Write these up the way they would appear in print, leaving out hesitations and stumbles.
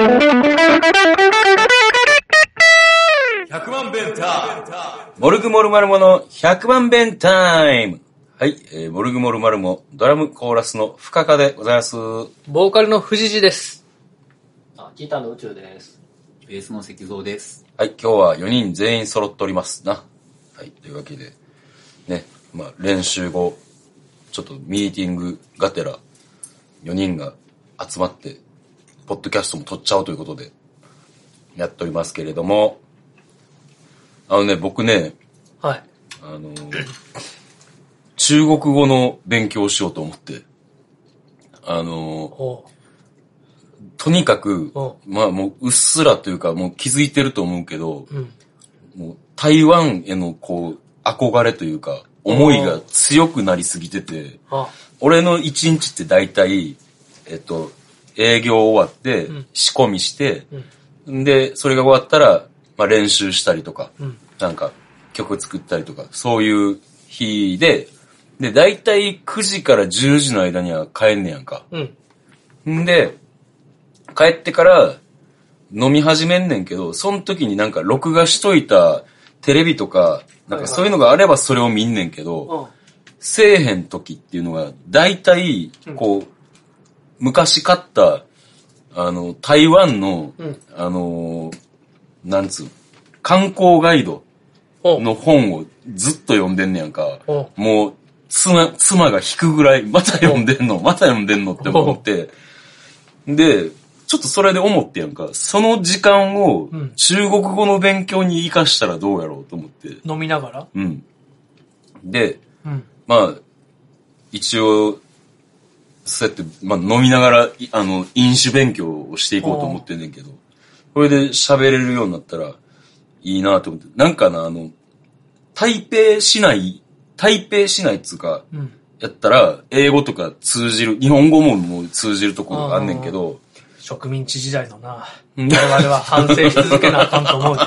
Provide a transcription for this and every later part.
100万弁タイム。モルグモルマルモの100万弁タイム。はい、モルグモルマルモドラムコーラスの深川でございます。 ボーカルの藤次です。 ギターの宇宙です。 ベースの石像です。 はい、今日は4人全員揃っておりますな。はい、というわけでね、まあ練習後ちょっとミーティングがてら4人が集まってポッドキャストも撮っちゃおうということでやっておりますけれども、僕ね、 はい、 中国語の勉強をしようと思って、とにかく、まあもううっすらというかもう気づいてると思うけど、もう台湾へのこう憧れというか思いが強くなりすぎてて、俺の一日って大体、営業終わって、仕込みして、で、それが終わったら、まあ練習したりとか、なんか曲作ったりとか、そういう日で、大体9時から10時の間には帰んねやんか。で、帰ってから飲み始めんねんけど、その時になんか録画しといたテレビとか、なんかそういうのがあればそれを見んねんけど、せえへん時っていうのが、大体、こう、昔買った、台湾の、なんつう、観光ガイドの本をずっと読んでんねやんか。もう、妻が引くぐらい、また読んでんのって思って。で、ちょっとそれで思ってやんか。その時間を中国語の勉強に活かしたらどうやろうと思って。 飲みながら？ で、まあ、一応、そうやって、まあ飲みながら、飲酒勉強をしていこうと思ってんねんけど、これで喋れるようになったらいいなと思って。なんかな、台北市内っつうか、やったら、英語とか通じる、日本語も通じるところがあんねんけど、 植民地時代のな、我々は反省し続けなあかんと思う。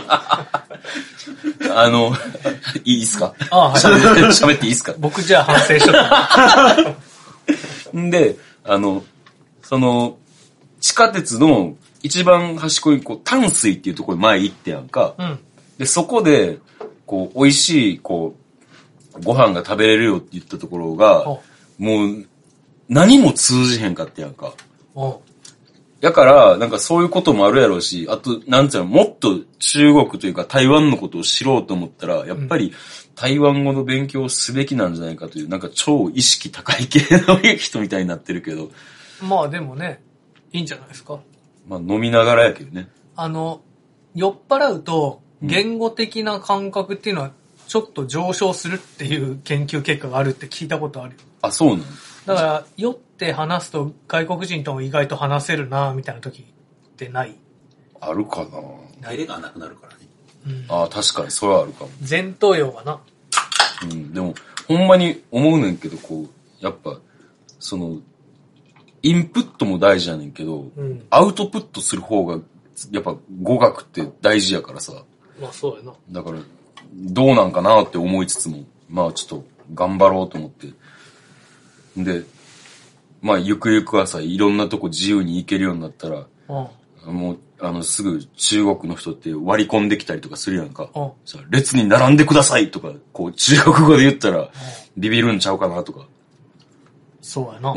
いいっすか？喋っていいっすか？ 僕じゃあ反省しとった。 で、その、地下鉄の一番端っこに、こう、淡水っていうところに前行ってやんか。で、そこで、こう、美味しい、こう、ご飯が食べれるよって言ったところが、もう、何も通じへんかってやんか。だから、なんかそういうこともあるやろうし、あと、なんつうの、もっと中国というか台湾のことを知ろうと思ったら、やっぱり台湾語の勉強をすべきなんじゃないかという、なんか超意識高い系の人みたいになってるけど。 まあでもね、いいんじゃないですか。 まあ飲みながらやけどね。 酔っ払うと、言語的な感覚っていうのは、ちょっと上昇するっていう研究結果があるって聞いたことあるよ。 あ、そうなの？ だから、酔って話すと外国人とも意外と話せるなみたいな時ってない？ あるかな？ 照れがなくなるからね。 ああ、確かにそれはあるかも。 前頭葉がな。 でも、ほんまに思うねんけど、こう、やっぱ、その、インプットも大事やねんけど、アウトプットする方が、やっぱ語学って大事やからさ。 まあそうやな。 だから、どうなんかなって思いつつも、まあちょっと頑張ろうと思って。で、まあゆくゆくはさ、いろんなとこ自由に行けるようになったら、もう、すぐ中国の人って割り込んできたりとかするやんか。列に並んでくださいとか、こう中国語で言ったら、ビビるんちゃうかなとか。 そうやな。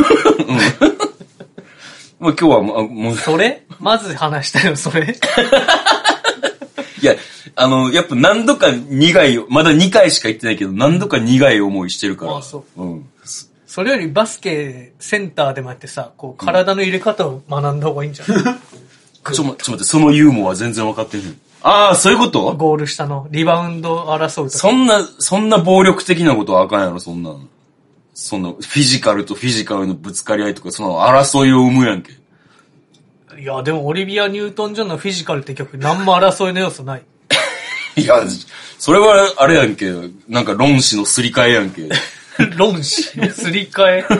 まあ今日はもう。 それまず話したよ、それ。 いや、やっぱ何度かまだ2回しか行ってないけど、何度か苦い思いしてるから。 あ、そう。それよりバスケセンターでもやってさ、こう体の入れ方を学んだ方がいいんじゃない？ ちょっと待って、そのユーモアは全然分かってへん。ああ、そういうこと？ ゴール下のリバウンド争うとか。そんな暴力的なことはあかんやろ、そんなの。フィジカルとフィジカルのぶつかり合いとか、その争いを生むやんけ。 いや、でもオリビア・ニュートン・ジョンのフィジカルって曲、何も争いの要素ない。 いや、それはあれやんけ。なんか論旨のすり替えやんけ。 論旨のすり替え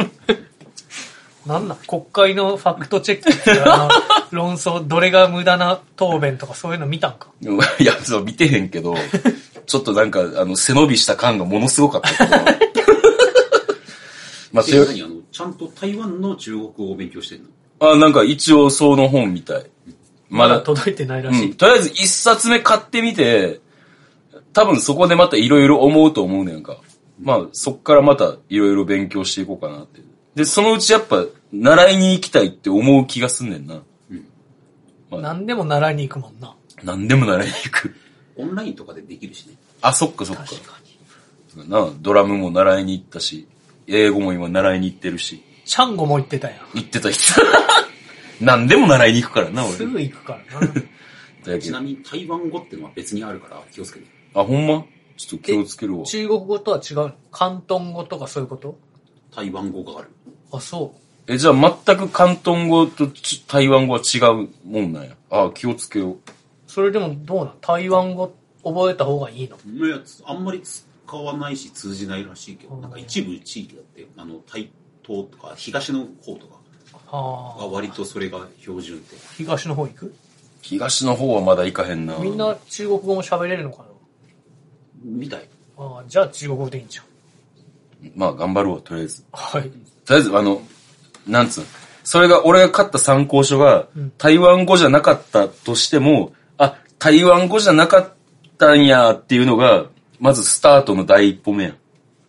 なん国会のファクトチェックって論争、どれが無駄な答弁とかそういうの見たんか？ いや、そう見てへんけど、ちょっとなんか、背伸びした感がものすごかったけど。 まあ、ちゃんと台湾の中国語を勉強してるの？ なんか一応その本みたい。 まだ届いてないらしい。 とりあえず一冊目買ってみて、多分そこでまたいろいろ思うと思うねんか。まあそっからまたいろいろ勉強していこうかなって。で、そのうちやっぱ習いに行きたいって思う気がすんねんな。 何でも習いに行くもんな。 何でも習いに行く。 オンラインとかでできるしね。 あ、そっか。 確かに。 ドラムも習いに行ったし、英語も今習いに行ってるし。 チャンゴも行ってたやん。 行ってた。何でも習いに行くからな、俺。 すぐ行くからな。 ちなみに台湾語ってのは別にあるから気をつけて。 あ、ほんま？ちょっと気をつけるわ。 中国語とは違うの？広東語とかそういうこと？ 台湾語がある。 あ、そう。 じゃあ全く広東語と台湾語は違うもんなんや。あ、気をつけよう。 それでもどうなん？台湾語覚えた方がいいの？ いや、あんまり使わないし通じないらしいけど、なんか一部地域だって、台東とか東の方とかが割とそれが標準で。 東の方行く？ 東の方はまだ行かへんな。 みんな中国語も喋れるのかな？ みたい。 じゃあ中国語でいいんじゃん。 まあ頑張るわ、とりあえず。 はい。 とりあえず、なんつうの。それが、俺が買った参考書が、台湾語じゃなかったとしても、あ、台湾語じゃなかったんやっていうのが、まずスタートの第一歩目やん。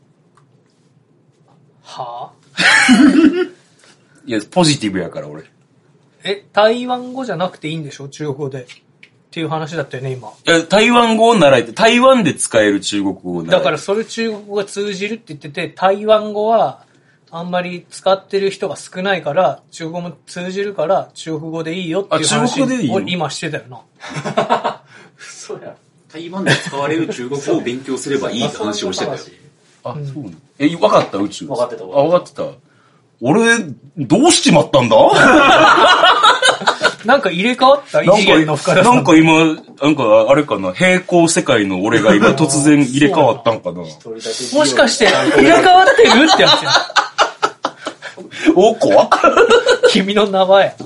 はぁ？ いや、ポジティブやから、俺。 台湾語じゃなくていいんでしょ？中国語で。っていう話だったよね、今。 いや、台湾語を習えて、台湾で使える中国語を習えて。 だからそれ中国語が通じるって言ってて、台湾語はあんまり使ってる人が少ないから、中国語も通じるから、中国語でいいよっていう話を今してたよな。 そうや。台湾で使われる中国語を勉強すればいいって話をしてたよ。 あ、そうなの？分かった宇宙。 分かってた。 あ、分かってた。俺、どうしちまったんだなんか入れ替わった異次元の深田さん。 なんか今、なんかあれかな、平行世界の俺が今突然入れ替わったんかな。もしかして入れ替わってるってやつや。 お、怖っ。 君の名前。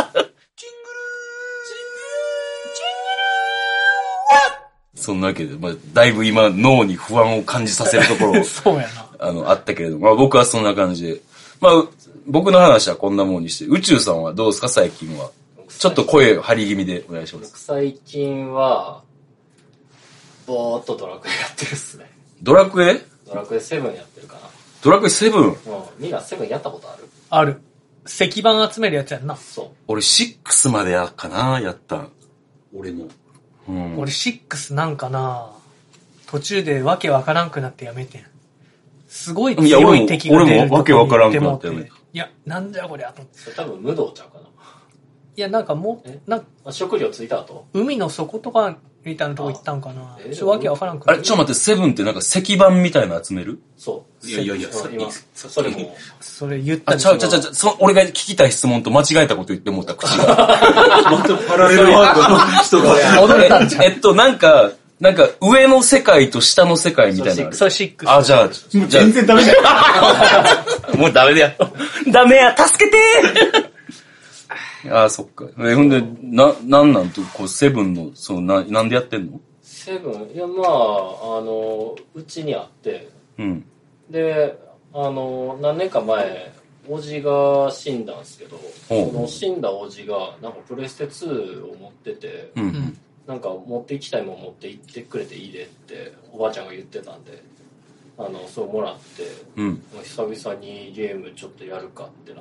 そんなわけで、まあ、だいぶ今脳に不安を感じさせるところそうやな。 あったけれども、まあ僕はそんな感じで。まあ、僕の話はこんなもんにして、宇宙さんはどうですか最近は。ちょっと声張り気味でお願いします。 最近は、ぼーっとドラクエやってるっすね。 ドラクエ 7やってるかな。 ドラクエ 7？ みんな7やったことある？ ある。石板集めるやつやんな。 そう。 俺6までやったん。 俺も。 俺6なんかな、途中でわけわからんくなってやめてん。すごい強い敵が出るとこに行っても。 俺もわけわからんくなってやめた。 いや、なんじゃこりゃと思って。 それ多分無道ちゃうかな。 いや、なんかもう、 食料ついた後？ 海の底とかみたいなとこ行ったんかな。ちょっとわけわからんくなって。 あれ、ちょっと待って、7ってなんか石板みたいなの集める？ そう。 いや、 今、それも。 それ言ったあ、俺が聞きたい質問と間違えたこと言って思った口が。 またパラレルワールドの人が。 戻れたんじゃん。 なんか、上の世界と下の世界みたいな。 それ6。 あ、じゃあ、 全然ダメだよ。 もうダメだよ。ダメや、助けてあ、そっか。ほんで、なんなんと、こう、7の、なんでやってんの？ 7？ いや、まあ、うちにあって、で、何年か前、おじが死んだんですけど、その死んだおじが、なんかプレステ2を持ってて、なんか持って行きたいもん持って行ってくれていいでっておばあちゃんが言ってたんで、そうもらって、久々にゲームちょっとやるかってなって、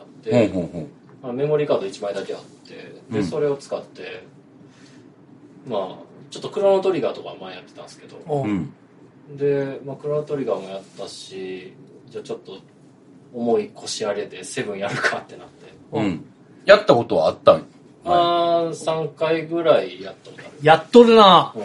メモリーカード1枚だけあって、で、それを使って、まあ、ちょっとクロノトリガーとか前やってたんですけど、で、まあ、クロノトリガーもやったし、じゃあちょっと重い腰荒れで7やるかってなって。 やったことはあったん？ 3回ぐらいやったことある。 やっとるな、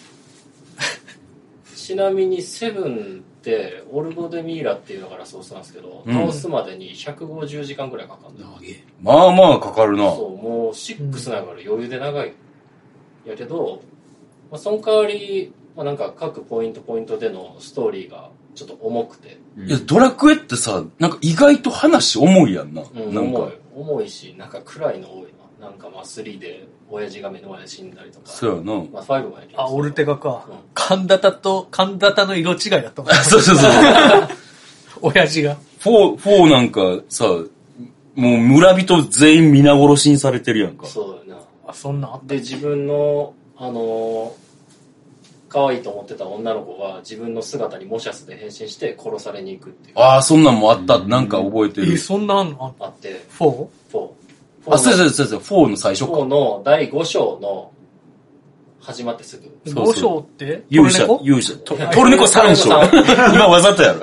ちなみに7ってオルゴデミーラっていうのからそうしたんですけど、倒すまでに150時間ぐらいかかるんだよ。 まあまあかかるな。 そう、もう6ながら余裕で長い。やけど、まあ、その代わり、まあ、なんか各ポイントでのストーリーがちょっと重くて。 いや、ドラクエってさ、なんか意外と話重いやんな。なんか重いし、なんか暗いの多いな。なんかまあ3で親父が目の前で死んだりとか。 そうやな。 まあ5もやけど。 あ、オルテガか。神田田の色違いだったもん。 そう。 親父が。 4なんかさ、 もう村人全員皆殺しにされてるやんか。 そうだな。 あ、そんなあった。 で、自分の、可愛いと思ってた女の子が自分の姿にモシャスで変身して殺されに行くっていう。 ああ、そんなんもあった。なんか覚えてる。 そんなあんのあって。 4？ あ、そう、4の最初か。 4の第5章の始まってすぐ。 5章って勇者。トルネコ3章。今わざとやろ。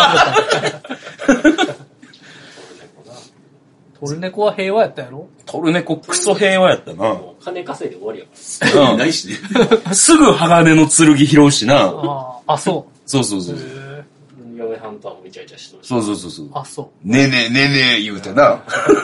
トルネコは平和やったやろ？ トルネコクソ平和やったな。 金稼いで終わりやから。ないしね。 すぐ鋼の剣拾うしな。 あ、そう。 そう。 嫁ハンターもイチャイチャしとるし。 そう。 あ、そう。 ねえ言うてな。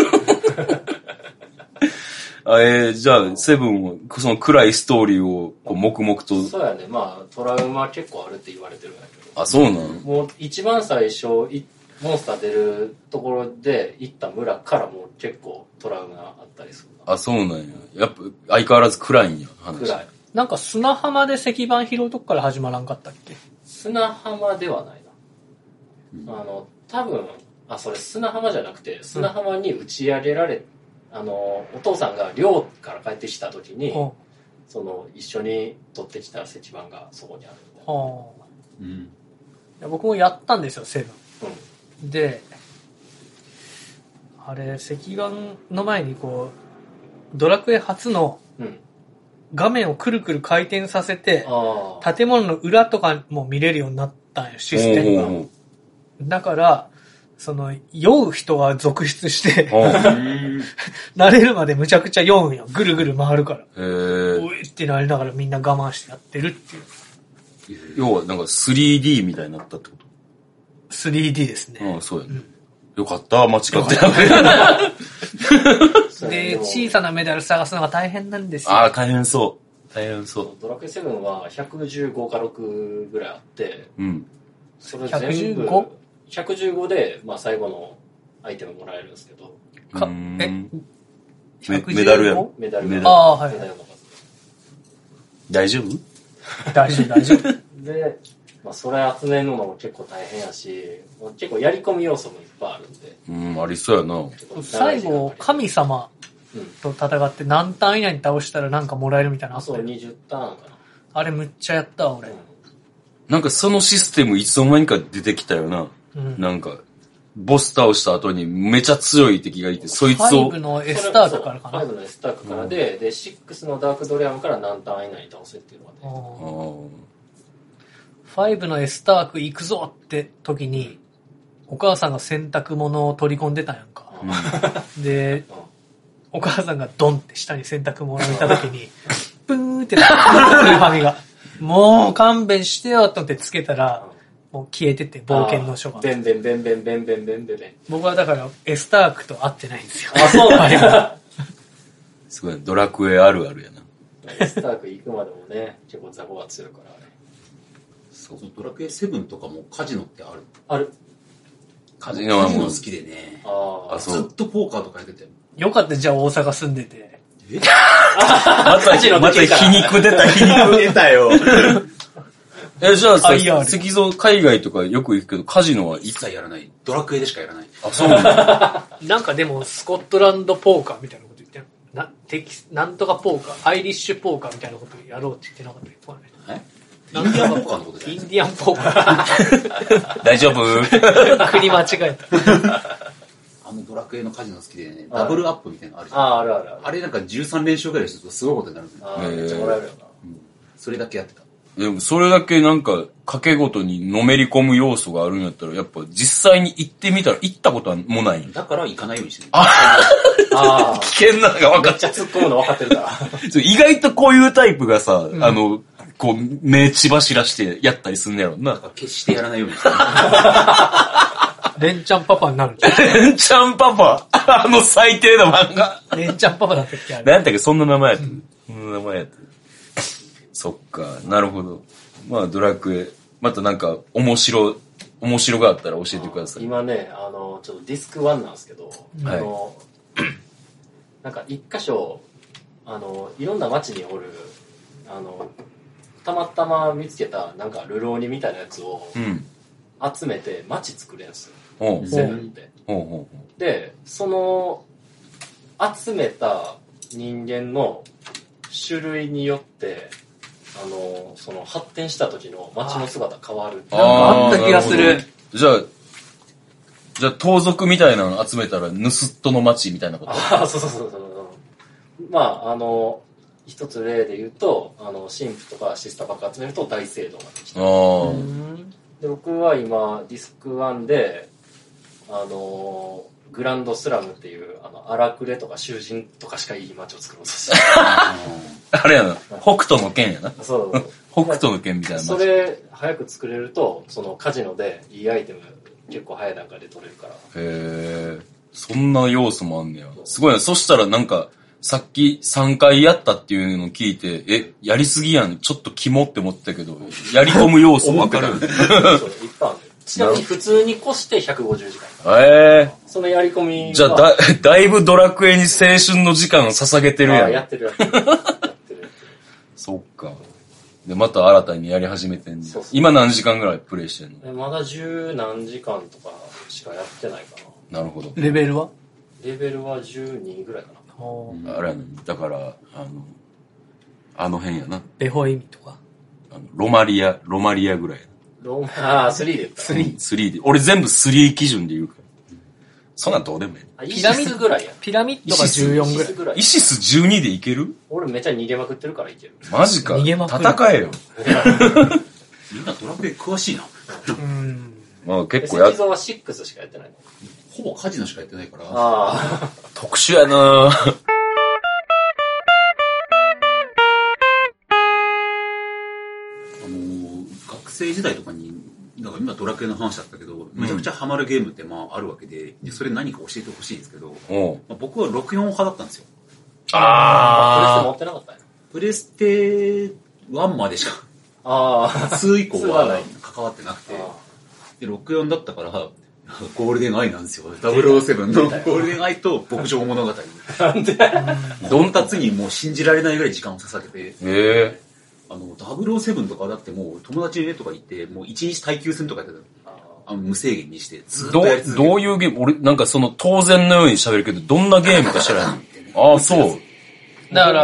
じゃあ、セブンは、その暗いストーリーをこう黙々と。 そうやね。まあ、トラウマ結構あるって言われてるんだけど。 あ、そうなの？ もう一番最初、モンスター出るところで行った村からもう結構トラウマあったりするな。 あ、そうなんや。やっぱ相変わらず暗いんや、 話。暗い。 なんか砂浜で石板拾うとこから始まらんかったっけ？ 砂浜ではないな。多分、それ砂浜じゃなくて、砂浜に打ち上げられ、お父さんが寮から帰ってきた時に、一緒に取ってきた石板がそこにあるみたいな。 いや僕もやったんですよ、セブン。で、あれ、石板の前にこう、ドラクエ初の画面をくるくる回転させて、建物の裏とかも見れるようになったんよ、システムが。だから、酔う人が続出して、慣れるまでむちゃくちゃ酔うんよ。ぐるぐる回るから。ういってなりながらみんな我慢してやってるっていう。 要はなんか 3D みたいになったってこと？ 3D ですね。 ああ、そうやね。よかった、間違ってなで、小さなメダル探すのが大変なんですよ。 ああ、大変そう。 ドラクエ7は115か6ぐらいあって、それ全部 115 で、まあ最後のアイテムもらえるんですけど。 メダルやろ？ メダル。 ああ、はい。 大丈夫？ 大丈夫。 で、まあそれ集めるのも結構大変やし、結構やり込み要素もいっぱいあるんで。 ありそうやな。 最後、神様と戦って何ターン以内に倒したらなんかもらえるみたいな。 そう、20ターンかな。 あれむっちゃやったわ、俺。 なんかそのシステムいつの間にか出てきたよな。なんか、ボス倒した後にめちゃ強い敵がいて、そいつを。 5のエスタークからかな。 5のエスタークからで、6のダークドレアムから何ターン以内に倒せっていうのがね。 5のエスターク行くぞって時に、お母さんが洗濯物を取り込んでたんやんか。で、お母さんがドンって下に洗濯物を置いた時に、プーってなった、ファミが。もう勘弁してよと思ってつけたら、もう消えてて、冒険の書が。 ベン。 僕はだからエスタークと会ってないんですよ。 あ、そうなんや。 すごい、ドラクエあるあるやな。 エスターク行くまでもね、結構ザコが強いからね。 そう、ドラクエ7とかもカジノってある？ ある。 カジノはもう好きでね。 そう。 ずっとポーカーとかやってたよ。 よかった、じゃあ大阪住んでて。 また皮肉出たよ。じゃあさ、石像海外とかよく行くけど、カジノは一切やらない。ドラクエでしかやらない。 あ、そうなんだ。 なんかでも、スコットランドポーカーみたいなこと言ってなんとかポーカー、アイリッシュポーカーみたいなことやろうって言ってなかったっけ？ インディアンポーカーのことじゃない？ インディアンポーカー。 大丈夫？ 国間違えた。 ドラクエのカジノ好きでね、ダブルアップみたいなのあるじゃん。 ある。 あれなんか13連勝ぐらいするとすごいことになるんだよ。 めっちゃもらえるよな。 それだけやってた。 でもそれだけなんか賭けごとにのめり込む要素があるんやったら、やっぱ実際に行ってみたら行ったことはもない。 だから行かないようにしてる。 危険なのが分かっちゃう。めっちゃ突っ込むの分かってるから。 意外とこういうタイプがさ、こう、目血走らしてやったりすんねやろな。 決してやらないようにしてる。 レンチャンパパになる。 レンチャンパパ最低な漫画。 レンチャンパパだったっけあれ。 なんだっけ、そんな名前やった。そんな名前やった。そっか、なるほど。まあ、ドラクエ、またなんか、面白があったら教えてください。 今ね、ちょっとディスク1なんですけど、なんか一箇所、いろんな街におる、たまたま見つけた、なんか、流浪人みたいなやつを、集めて街作れんすよ。 セブンって。で、その、集めた人間の種類によって、その発展した時の街の姿変わる。 なんかあった気がする。 じゃあ盗賊みたいなの集めたら盗っ人の街みたいなこと？ そう。まあ、一つ例で言うと、神父とかシスターばっか集めると大聖堂ができた。で、僕は今、ディスク1で、グランドスラムっていう、荒くれとか囚人とかしかいい街を作ろうとして。 あれやな、北斗の剣やな。 そう。 北斗の剣みたいな街。 それ、早く作れると、そのカジノでいいアイテム結構早い段階で取れるから。 へー。そんな要素もあんねや。すごいな。そしたらなんか、さっき3回やったっていうのを聞いて、やりすぎやん。ちょっとキモって思ってたけど、やり込む要素分かる。 そう、いっぱいある。ちなみに普通に越して150時間。そのやり込みは。 じゃあだいぶドラクエに青春の時間を捧げてるやん。 やってる。 そっか。で、また新たにやり始めてんねん。今何時間ぐらいプレイしてんの？ まだ10何時間とかしかやってないかな。なるほど。 レベルは 12ぐらいかな。 あれやねん。だから、あの辺やな。 ベホイミとか。 ロマリアぐらいやな。 3で言った。 3で。俺全部3基準で言うから。そんなんどうでもいい。 ピラミッドぐらいや。 ピラミッドが14ぐらい。 イシス12でいける？ 俺めっちゃ逃げまくってるからいける。 マジか。 逃げまくる。 戦えよ。 みんなドラクエ詳しいな。 まあ結構石像は6しかやってないの。 ほぼカジノしかやってないから。 特殊やなぁ。 学生時代とかに、だから今ドラクエの話だったけど、めちゃくちゃハマるゲームってまああるわけで、それ何か教えてほしいんですけど、僕は64派だったんですよ。 プレステ持ってなかったんや。 プレステ1までしか、2以降は関わってなくて、で、64だったから、ゴールデンアイなんですよ。007のゴールデンアイと牧場物語。なんでドンタツにもう信じられないぐらい時間を捧げて、007とかだってもう友達の家とか行って、もう1日耐久戦とかやってた。無制限にして、ずっとやり続けて。 どういうゲーム？俺、なんかその当然のように喋るけど、どんなゲームか知らない。ああ、そう。 だから、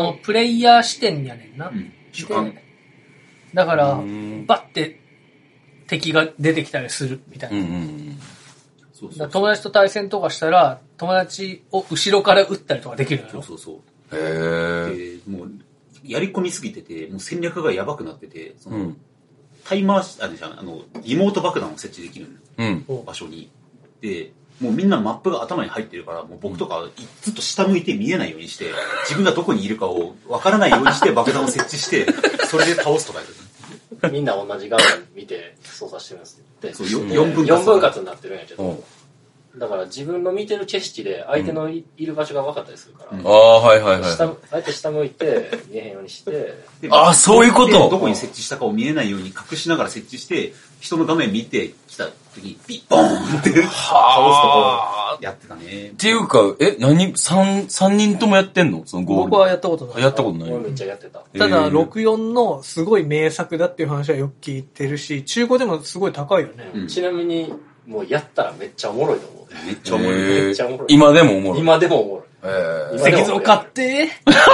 プレイヤー視点やねんな。 主観。 だから、バッて敵が出てきたりするみたいな。友達と対戦とかしたら、友達を後ろから撃ったりとかできるのよ。 そう。 へー。もう、やり込みすぎてて、もう戦略がやばくなってて、タイマー、リモート爆弾を設置できる場所に。で、もうみんなマップが頭に入ってるから、もう僕とかずっと下向いて見えないようにして、自分がどこにいるかを分からないようにして爆弾を設置して、それで倒すとかやる。 みんな同じ画面見て操作してるんですって。 そう、4 分割になってるんやけど、だから自分の見てる景色で相手のいる場所が分かったりするから、相手下向いて見えへんようにして、 そういうこと。 どこに設置したかを見えないように隠しながら設置して、人の画面見てきた時にピッポーンって倒すとかやってたね。 っていうか、3人ともやってんの？そのゴール。 僕はやったことない。 やったことない。 俺めっちゃやってた。 ただ、64のすごい名作だっていう話はよく聞いてるし、中古でもすごい高いよね。 ちなみに、もうやったらめっちゃおもろいと思う。 めっちゃおもろい。めっちゃおもろい。 今でもおもろい。 今でもおもろい。 石像買って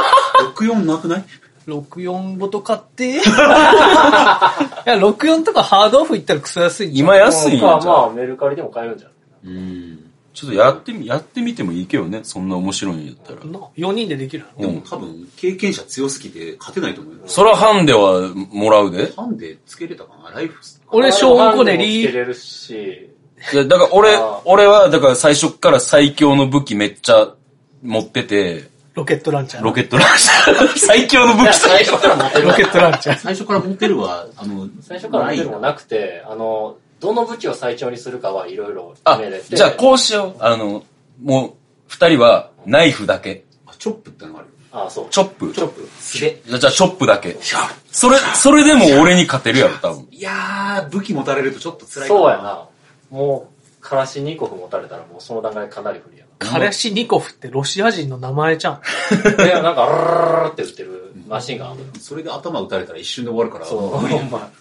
64なくない？ 64 ごと買っていや、64とかハードオフ行ったらクソ安いんじゃん。 今安いんやん。 まあ、メルカリでも買えるんじゃん。 ちょっとやってみてもいいけどね。そんな面白いんやったら。 4人でできるの？でも多分、経験者強すぎて勝てないと思うよ。 そらハンデはもらうで。 ハンデつけれたかな？ライフス。 俺、小5個でつけれるし。 いや、だから俺は、だから最初から最強の武器めっちゃ持ってて。 ロケットランチャー。最強の武器最初から持ってる。 ロケットランチャー。 最初から持ってるは、 最初から持ってるもなくて、どの武器を最長にするかはいろいろ決めれて。 じゃあこうしよう。もう、二人はナイフだけ。 チョップってのがある。 そう。 チョップ。 すげ。 じゃあチョップだけ。それでも俺に勝てるやろ、多分。 いやー、武器持たれるとちょっと辛いかな。そうやな。もう、カラシニコフ持たれたらもうその段階かなり不利やな。 カラシニコフってロシア人の名前じゃん。 いや、なんか、アルルルって撃ってるマシンガンある。 それで頭撃たれたら一瞬で終わるから。 そう、ほんま。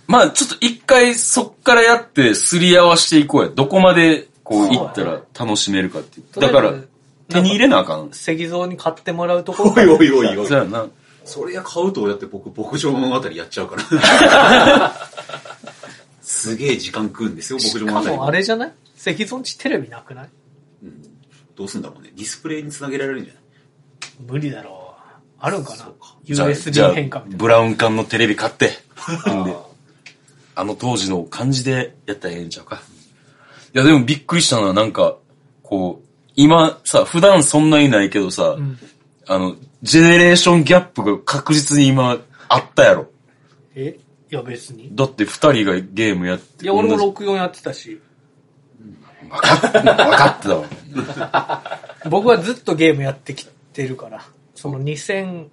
まあちょっと一回そっからやってすり合わしていこうや。どこまでこう行ったら楽しめるかっていう。だから、手に入れなあかん。 石像に買ってもらうところ。 おいおいおいおい。 そうやな。 それや買うと、だって僕、牧場物語やっちゃうから。すげえ時間食うんですよ、牧場物語。 しかもあれじゃない？石像んちテレビなくない？ うん。どうすんだろうね。ディスプレイにつなげられるんじゃない？ 無理だろう。あるんかな？ USB 変換みたいな。 ブラウン管のテレビ買って。あの当時の感じでやったらええんちゃうか。いやでもびっくりしたのはなんか、こう、今さ、普段そんなにないけどさ、ジェネレーションギャップが確実に今あったやろ。 いや別に。 だって二人がゲームやって。 いや俺も64やってたし。 分かってたわ。 僕はずっとゲームやってきてるから。その2004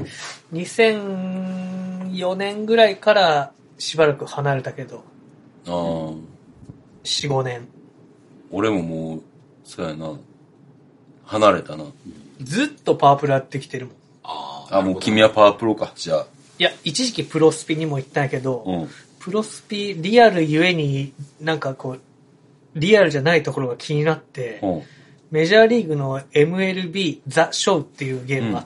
年ぐらいからしばらく離れたけど。4、5年。 俺ももう、そうやな。離れたな。 ずっとパワープロやってきてるもん。 もう君はパワープロか、じゃあ。 いや、一時期プロスピにも行ったんやけど、プロスピリアルゆえになんかこう、リアルじゃないところが気になって、メジャーリーグの MLB ザ・ショーっていうゲームがあって、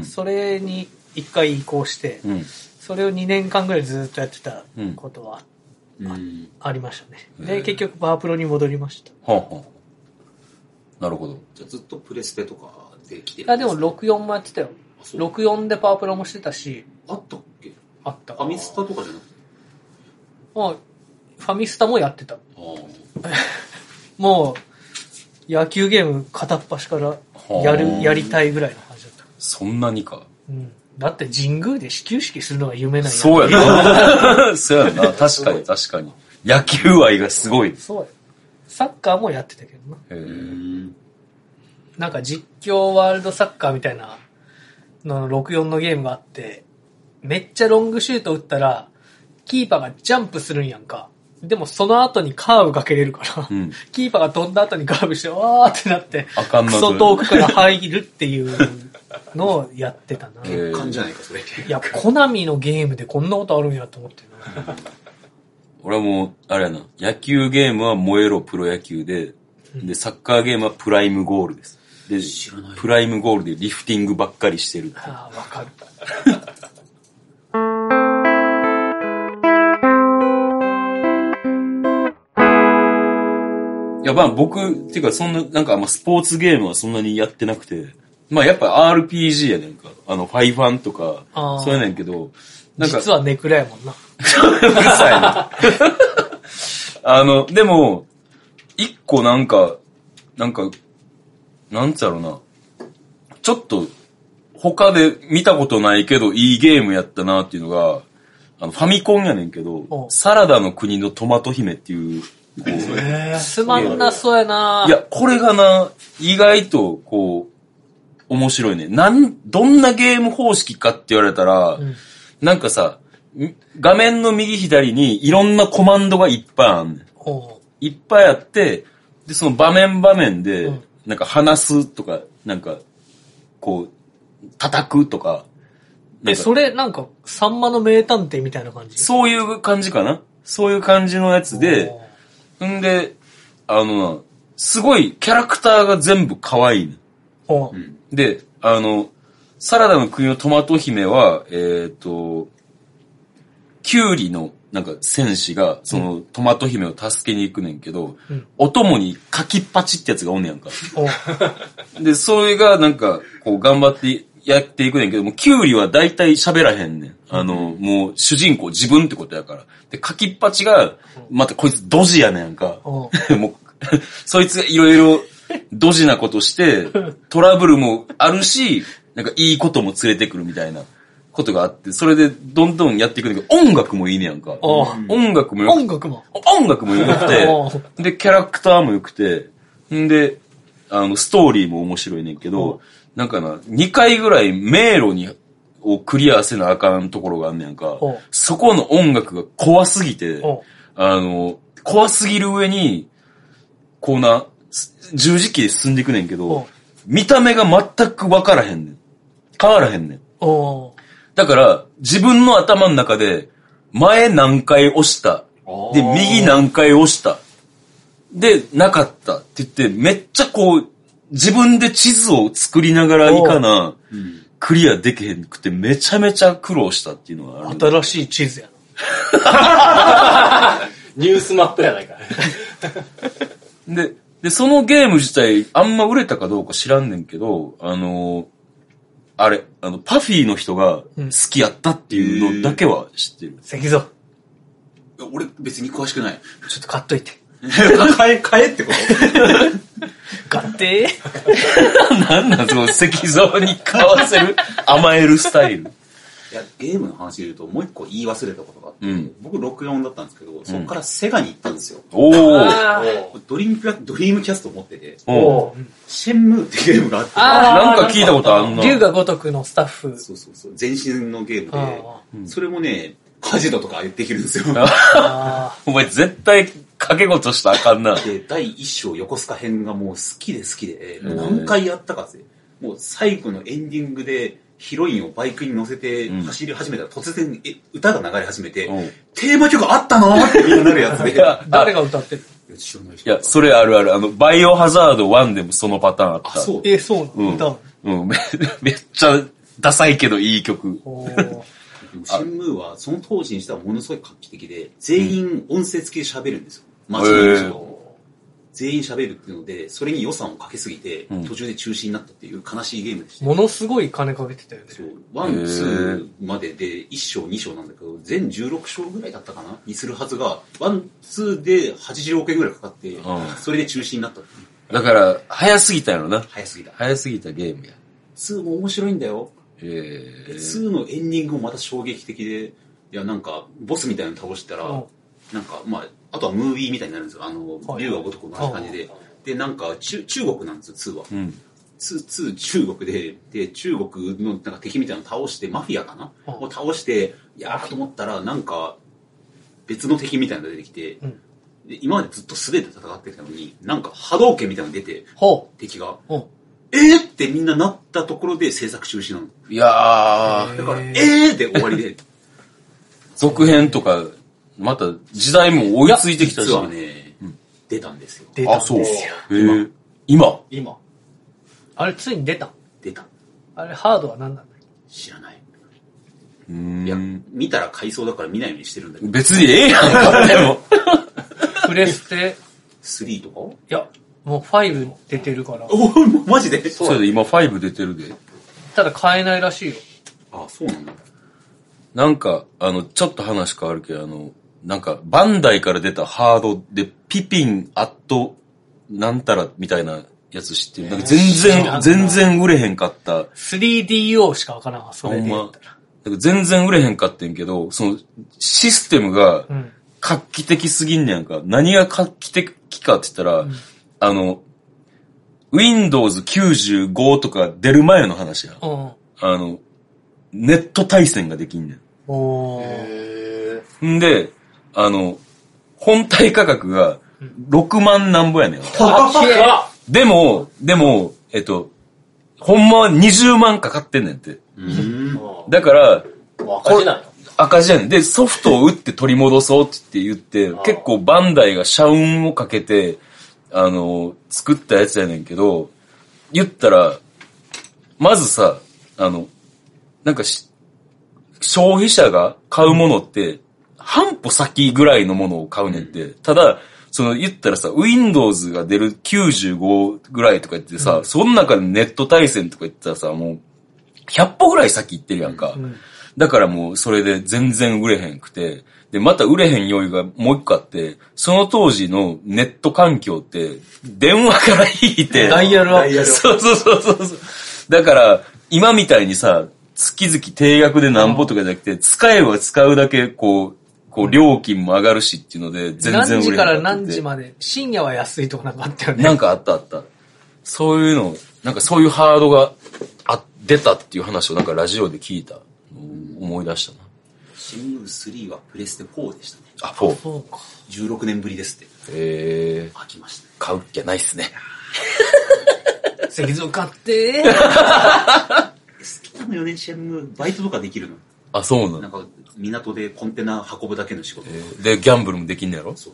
それに一回移行して、それを2年間ぐらいずっとやってたことはありましたね。で、結局パワープロに戻りました。 なるほど。 じゃあずっとプレステとかで来てるんですか？でも64もやってたよ。64でパワープロもしてたし。 あったっけ？ あった。 ファミスタとかじゃなくて？ ファミスタもやってた。もう、野球ゲーム片っ端からやりたいぐらいの感じだった。 そんなにか。 だって神宮で始球式するのが夢なんや。 そうやな。そうやな。確かに確かに。野球愛がすごい。 そうや。サッカーもやってたけどな。なんか実況ワールドサッカーみたいなの64のゲームがあって、めっちゃロングシュート打ったら、キーパーがジャンプするんやんか。でもその後にカーブかけれるから、キーパーが飛んだ後にカーブして、わーってなって、クソ遠くから入るっていうのをやってたな。 欠陥じゃないか、それ。 いや、コナミのゲームでこんなことあるんやと思ってな。 俺はもう、あれやな、野球ゲームは燃えろプロ野球で、で、サッカーゲームはプライムゴールです。で、プライムゴールでリフティングばっかりしてる。 ああ、わかる。 いや、まあ僕、っていうかそんな、なんかスポーツゲームはそんなにやってなくて、まあやっぱ RPG やねんか。ファイファンとか、そうやねんけど、 なんか。実はネクラやもんな。 うるさいな。でも、一個なんか、なんつやろうな。ちょっと、他で見たことないけど、いいゲームやったなっていうのが、ファミコンやねんけど、サラダの国のトマト姫っていう、 つまんなそうやな。 いや、これがな、意外と、こう、面白いね。どんなゲーム方式かって言われたら、なんかさ、画面の右左にいろんなコマンドがいっぱいあんねん。いっぱいあって、で、その場面で、なんか話すとか、なんか、こう、叩くとか。 それなんか、さんまの名探偵みたいな感じ？ そういう感じかな。そういう感じのやつで、んで、すごいキャラクターが全部可愛いね。で、サラダの国のトマト姫は、キュウリのなんか戦士がそのトマト姫を助けに行くねんけど、お供にカキッパチってやつがおんねやんか。で、それがなんかこう頑張ってやっていくねんけども、キュウリは大体喋らへんねん。もう主人公自分ってことやから。で、カキッパチが、またこいつドジやねんか。もう、そいつがいろいろドジなことして、トラブルもあるし、なんかいいことも連れてくるみたいなことがあって、それでどんどんやっていくんだけど、音楽もいいねやんか。音楽もよくて、で、キャラクターもよくて、んで、ストーリーも面白いねんけど、なんかな、2回ぐらい迷路をクリアせなあかんところがあんねやんか。そこの音楽が怖すぎて、怖すぎる上に、こうな、十字キーで進んでいくねんけど、見た目が全くわからへんねん。変わらへんねん。だから、自分の頭の中で、 前何回押した。で、右何回押した。で、なかったって言って、めっちゃこう、自分で地図を作りながらいかな、クリアできへんくて、めちゃめちゃ苦労したっていうのがある。 新しい地図やな。ニュースマップやないか。 で、そのゲーム自体、あんま売れたかどうか知らんねんけど、パフィーの人が好きやったっていうのだけは知ってる。 石像。 俺別に詳しくない。 ちょっと買っといて。 買えってこと買ってなんなんその石像に買わせる甘えるスタイル。 いや、ゲームの話で言うともう一個言い忘れたことがあって、僕64だったんですけど、そこからセガに行ったんですよ。ドリームキャスト持ってて、シェンムーってゲームがあって。 なんか聞いたことあるな。 龍が如くのスタッフ。 そう。前身のゲームで、それもね、カジノとかできるんですよ。 お前絶対掛け事したらあかんな。 で、第一章横須賀編がもう好きで、何回やったかって。もう最後のエンディングでヒロインをバイクに乗せて走り始めたら突然歌が流れ始めて、テーマ曲あったのってみんななるやつで。 誰が歌ってる？ いや、それあるある。バイオハザード1でもそのパターンあった。 あ、そう。 そうなんだ。 めっちゃダサいけどいい曲。 シェンムーはその当時にしてはものすごい画期的で、全員音声付きで喋るんですよ。街の人全員喋るっていうので、それに予算をかけすぎて、途中で中止になったっていう悲しいゲームでした。 ものすごい金かけてたよね。 そう。1、2までで1章2章なんだけど、全16章ぐらいだったかなにするはずが、1、2で80億円ぐらいかかって、それで中止になったっていう。 だから、早すぎたやろな。 早すぎたゲームや。2も面白いんだよ。2のエンディングもまた衝撃的で、いやなんかボスみたいなの倒したら、なんかまああとはムービーみたいになるんですよ。竜が如く同じ感じで、でなんか中国なんですよ2は。2中国で中国のなんか敵みたいなの倒してマフィアかな、を倒してやーと思ったらなんか別の敵みたいなのが出てきて、で今までずっと素手で戦ってきたのになんか波動拳みたいなのが出て、敵が。ってみんななったところで制作中止なの。 いやー。 だからで終わりで。 続編とか、また時代も追いついてきたし。 実はね、出たんですよ。 あ、そう。今。 あれ、ついに出た。あれ、ハードは何なんだ？ 知らない。いや、見たら買いそうだから見ないようにしてるんだけど。 別にええやんか、でも。 プレステ 3とか？ いや。もう5出てるから。 マジで？ そうだ、今5出てるで。 ただ買えないらしいよ。 あ、そうなんだ。 なんか、ちょっと話変わるけど、なんか、バンダイから出たハードで、ピピン、アット、なんたら、みたいなやつ知ってる。なんか全然売れへんかった。 3DO しかわからんわ、それで言ったら。 なんか全然売れへんかってんけど、その、システムが、画期的すぎんねやんか。何が画期的かって言ったら、Windows 95とか出る前の話や。ネット対戦ができんねん。んで、本体価格が6万なんぼやねん。でも、ほんまは20万かかってんねんって。だから、赤字やねん。で、ソフトを打って取り戻そうって言って、結構バンダイが社運をかけて、作ったやつやねんけど、言ったら、まずさ、なんか消費者が買うものって、半歩先ぐらいのものを買うねんって。ただ、言ったらさ、Windows が出る95ぐらいとか言ってさ、その中でネット対戦とか言ったらさ、もう、100歩ぐらい先行ってるやんか。だからもう、それで全然売れへんくて、で、また売れへん要因がもう一個あって、その当時のネット環境って、電話から引いて、 ダイヤルアップ。 そう。だから、今みたいにさ、月々定額でなんぼとかじゃなくて、使えば使うだけ、こう、料金も上がるしっていうので、全然売れへんかった。 何時から何時まで、深夜は安いとかなんかあったよね。 なんかあった。そういうの、なんかそういうハードが出たっていう話をなんかラジオで聞いた。思い出したな。 シングル3はプレステ4でしたね。 あ、4。 そうか。 16年ぶりですって。飽きましたね。 買うっきゃないっすね。 石像買って好きなのよね、シェンムー。バイトとかできるの。 あ、そうなの？ なんか、港でコンテナ運ぶだけの仕事。 で、ギャンブルもできんのやろ？そう。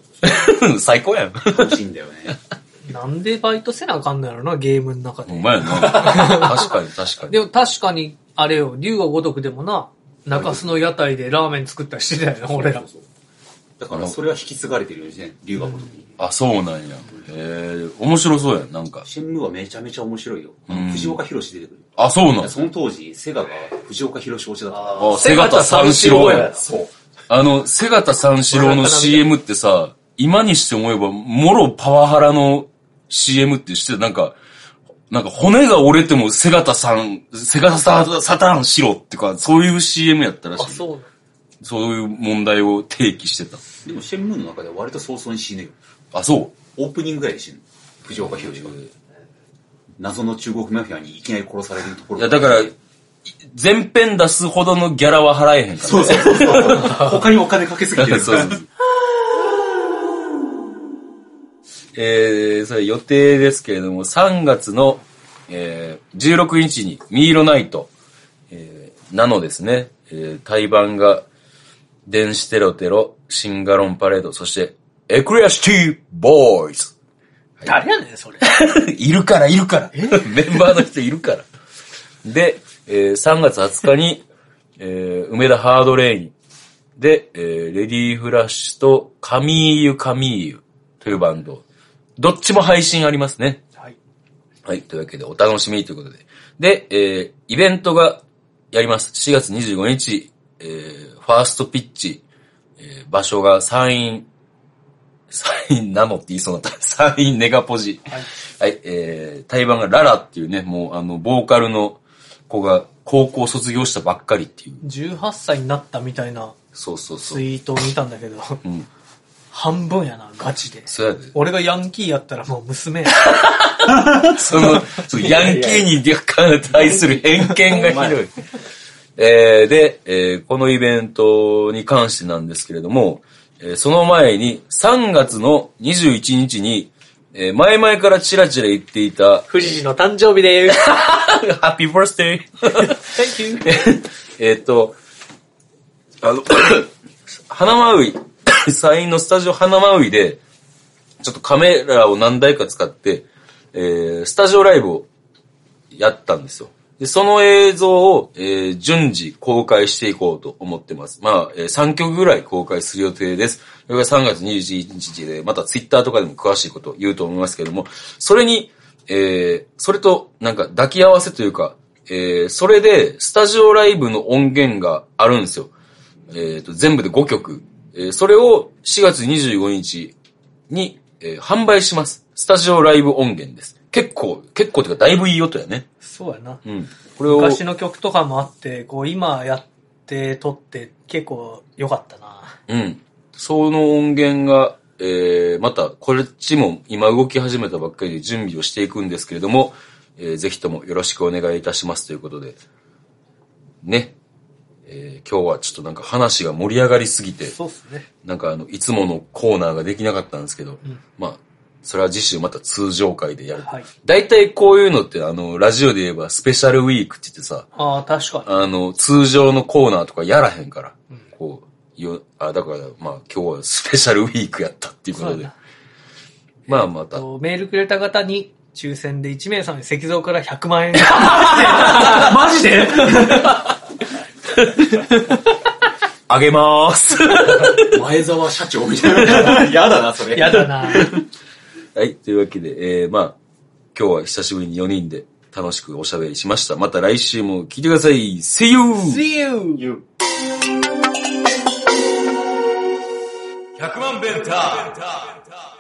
最高やん。 楽しいんだよね。 なんでバイトせなあかんのやろな、ゲームの中で。 お前やな。確かに。 でも確かに、あれよ、竜が如くでもな、中洲の屋台でラーメン作ったりしてたよな、俺ら。 だからそれは引き継がれてるよね、竜が如くに。 あ、そうなんや。面白そうやん、なんか。 シェンムーはめちゃめちゃ面白いよ。藤岡弘出てくる。 あ、そうなん。 その当時、セガが藤岡弘推しだった。 あ、瀬形三四郎や。そう。瀬形三四郎の CM ってさ、今にして思えば、もろパワハラの CM ってして、なんか骨が折れても瀬形サタンしろってか、そういう CM やったらしい。あ、そう。そういう問題を提起してた。 でも、シェンムーの中では割と早々に死ぬよ。 あ、そう。 オープニングぐらいで死ぬ。藤岡弘が。謎の中国マフィアにいきなり殺されるところ。 いや、だから、全編出すほどのギャラは払えへんから。 そう。他にお金かけすぎてる。そう。 それ予定ですけれども、3月の、16日にミーロナイト、ナノですね、対バンが電子テロテロ、シンガロンパレード、そしてエクレアシティボーイズ。 誰やねん、それ。 いるから。メンバーの人いるから。で、3月20日に、梅田ハードレインで、レディーフラッシュとカミーユというバンド。どっちも配信ありますね。はい。はい。というわけでお楽しみということで。で、イベントがやります。4月25日、ファーストピッチ、場所が山陰ナノって言いそうになった。山陰ネガポジ。はい。はい。対バンがララっていうね、もうボーカルの子が高校卒業したばっかりっていう。 18歳になったみたいな。ツイートを見たんだけど。うん。半分やな、ガチで。 そうやで。 俺がヤンキーやったらもう娘や。 そのヤンキーに対する偏見がひどい。で、このイベントに関してなんですけれども、その前に3月の21日に、前々からチラチラ言っていた、 藤士の誕生日でーす。 ハッピーバースデー。 Thank you. 花マウイ、山陰のスタジオ花マウイで、ちょっとカメラを何台か使って、スタジオライブをやったんですよ。で、その映像を、順次公開していこうと思ってます。まあ、3曲ぐらい公開する予定です。それが3月21日で、またツイッターとかでも詳しいことを言うと思いますけども、それに、それとなんか抱き合わせというか、それでスタジオライブの音源があるんですよ。全部で5曲。それを4月25日に、販売します。スタジオライブ音源です。結構というかだいぶいい音やね。 そうやな。 うん。 これを昔の曲とかもあって、こう今やって撮って結構良かったな。 うん。その音源が、またこっちも今動き始めたばっかりで準備をしていくんですけれども、ぜひともよろしくお願いいたしますということで。ね。今日はちょっとなんか話が盛り上がりすぎて、 そうっすね。 なんかいつものコーナーができなかったんですけど、まあ、それは次週また通常回でやる。はい。大体こういうのってラジオで言えばスペシャルウィークって言ってさ、 ああ、確かに。通常のコーナーとかやらへんから、こう、だからまあ今日はスペシャルウィークやったっていうことで。まあまた。 メールくれた方に、抽選で1名様に石像から100万円。 マジであげまーす。 前澤社長みたいな。やだな、それ。 やだな。 はい、というわけで、まあ、今日は久しぶりに4人で楽しくおしゃべりしました。また来週も聞いてください。See you! See you! 100万ベンター